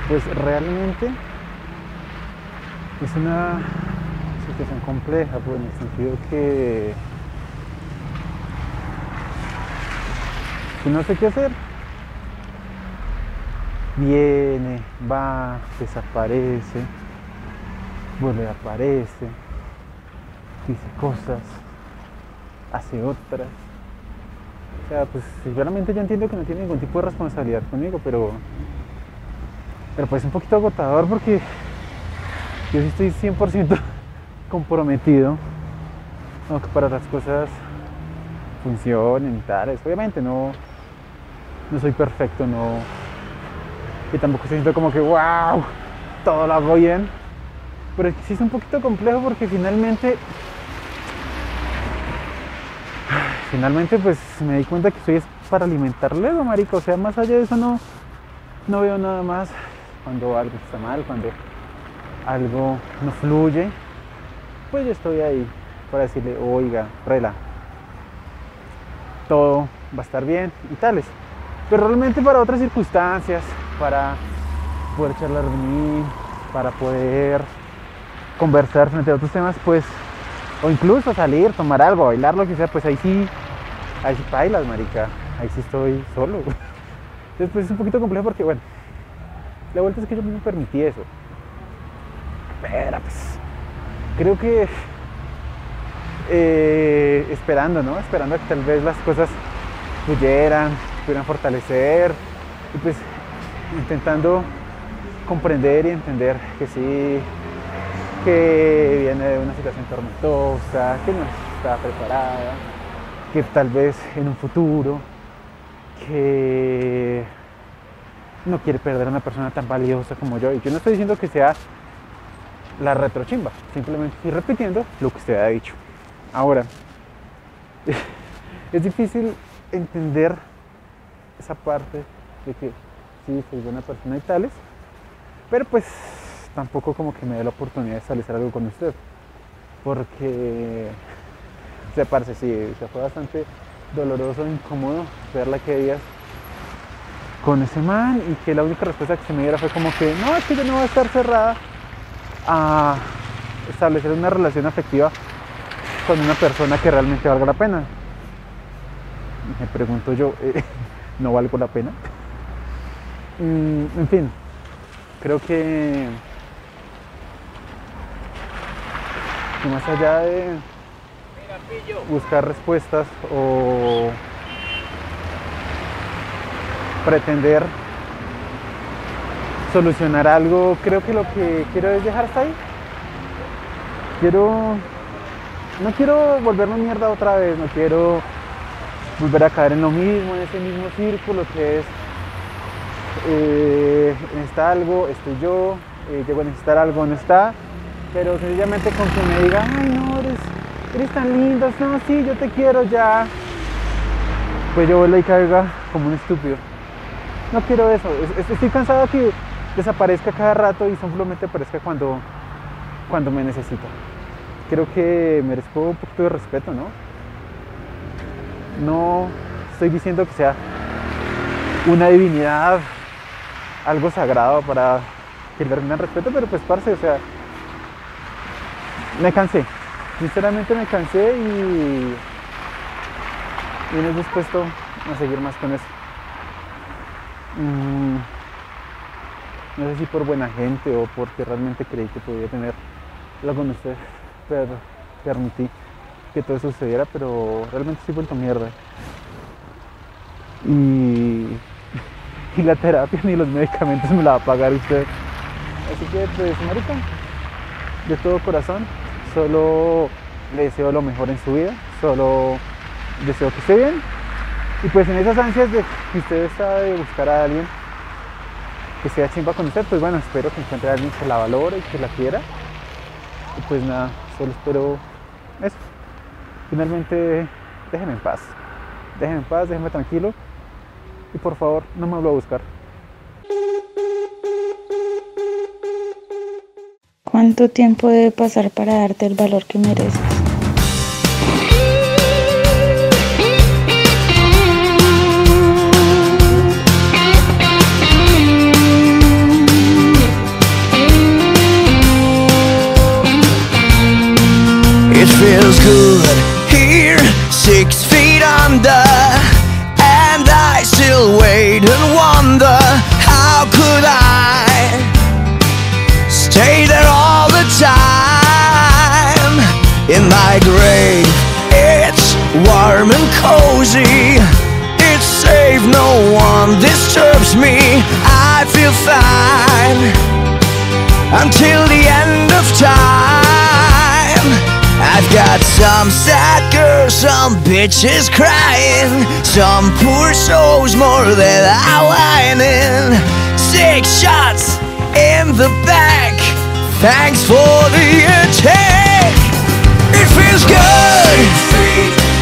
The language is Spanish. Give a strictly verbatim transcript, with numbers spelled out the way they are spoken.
Pues realmente es una situación compleja, pues, en el sentido que, que no sé qué hacer. Viene, va, desaparece, vuelve, aparece, dice cosas, hace otras. O sea, pues sinceramente yo entiendo que no tiene ningún tipo de responsabilidad conmigo, pero, pero pues es un poquito agotador porque yo sí estoy cien por ciento comprometido, ¿no?, que para las cosas funcionen y tales. Obviamente no, no soy perfecto, no, y tampoco siento como que wow, todo lo hago bien, pero sí es un poquito complejo porque finalmente finalmente pues me di cuenta que estoy es para alimentar el ego, marica. O sea, más allá de eso no, no veo nada más. Cuando algo está mal, cuando algo no fluye, pues yo estoy ahí para decirle, oiga, rela, todo va a estar bien y tales. Pero realmente para otras circunstancias, para poder charlar de mí, para poder conversar frente a otros temas, pues, o incluso salir, tomar algo, bailar, lo que sea, pues ahí sí, ahí sí bailas, marica, ahí sí estoy solo. Entonces pues es un poquito complejo porque, bueno, la vuelta es que yo mismo permití eso. Pero pues, creo que eh, esperando, ¿no? Esperando a que tal vez las cosas fluyeran, pudieran fortalecer, y pues intentando comprender y entender que sí, que viene de una situación tormentosa, que no está preparada, que tal vez en un futuro, que no quiere perder a una persona tan valiosa como yo. Y yo no estoy diciendo que sea la retrochimba, simplemente estoy repitiendo lo que usted ha dicho. Ahora, es difícil entender esa parte de que sí, soy buena persona y tales, pero pues tampoco como que me dé la oportunidad de establecer algo con usted, porque se parece, sí, se fue bastante doloroso e incómodo verla que días con ese man, y que la única respuesta que se me diera fue como que no, es que yo no voy a estar cerrada a establecer una relación afectiva con una persona que realmente valga la pena. Me pregunto yo, ¿eh, ¿no valgo la pena? Mm, en fin, creo que, que más allá de buscar respuestas o pretender solucionar algo, creo que lo que quiero es dejar hasta ahí. Quiero, no quiero volverme mierda otra vez, no quiero volver a caer en lo mismo, en ese mismo círculo que es eh, necesita algo, estoy yo, eh, llego a necesitar algo, no está, pero sencillamente con que me diga, ay no, eres, eres tan lindo, no, sí, yo te quiero ya, pues yo vuelvo y caiga como un estúpido. No quiero eso, estoy cansado que desaparezca cada rato y simplemente aparezca cuando, cuando me necesita. Creo que merezco un poquito de respeto, ¿no? No estoy diciendo que sea una divinidad, algo sagrado para que le rindan respeto, pero pues parce, o sea, me cansé, sinceramente me cansé y, y no estoy dispuesto a seguir más con eso. Mm, no sé si por buena gente o porque realmente creí que podía tener algo con usted, pero permití que todo eso sucediera, pero realmente estoy vuelto mierda. Y, y la terapia ni los medicamentos me la va a pagar usted. Así que pues marica, de todo corazón, solo le deseo lo mejor en su vida, solo deseo que esté bien. Y pues en esas ansias de que usted sabe buscar a alguien que sea chimba con usted, pues bueno, espero que encuentre a alguien que la valore y que la quiera. Y pues nada, solo espero eso. Finalmente, déjeme en paz. Déjeme en paz, déjeme tranquilo. Y por favor, no me vuelva a buscar. ¿Cuánto tiempo debe pasar para darte el valor que mereces? feels good here, six feet under, and I still wait and wonder, how could I stay there all the time? In my grave, it's warm and cozy, it's safe, no one disturbs me. I feel fine until the end of time. I've got some sad girls, some bitches crying, some poor souls more that are whining. Six shots in the back, thanks for the attack. It feels good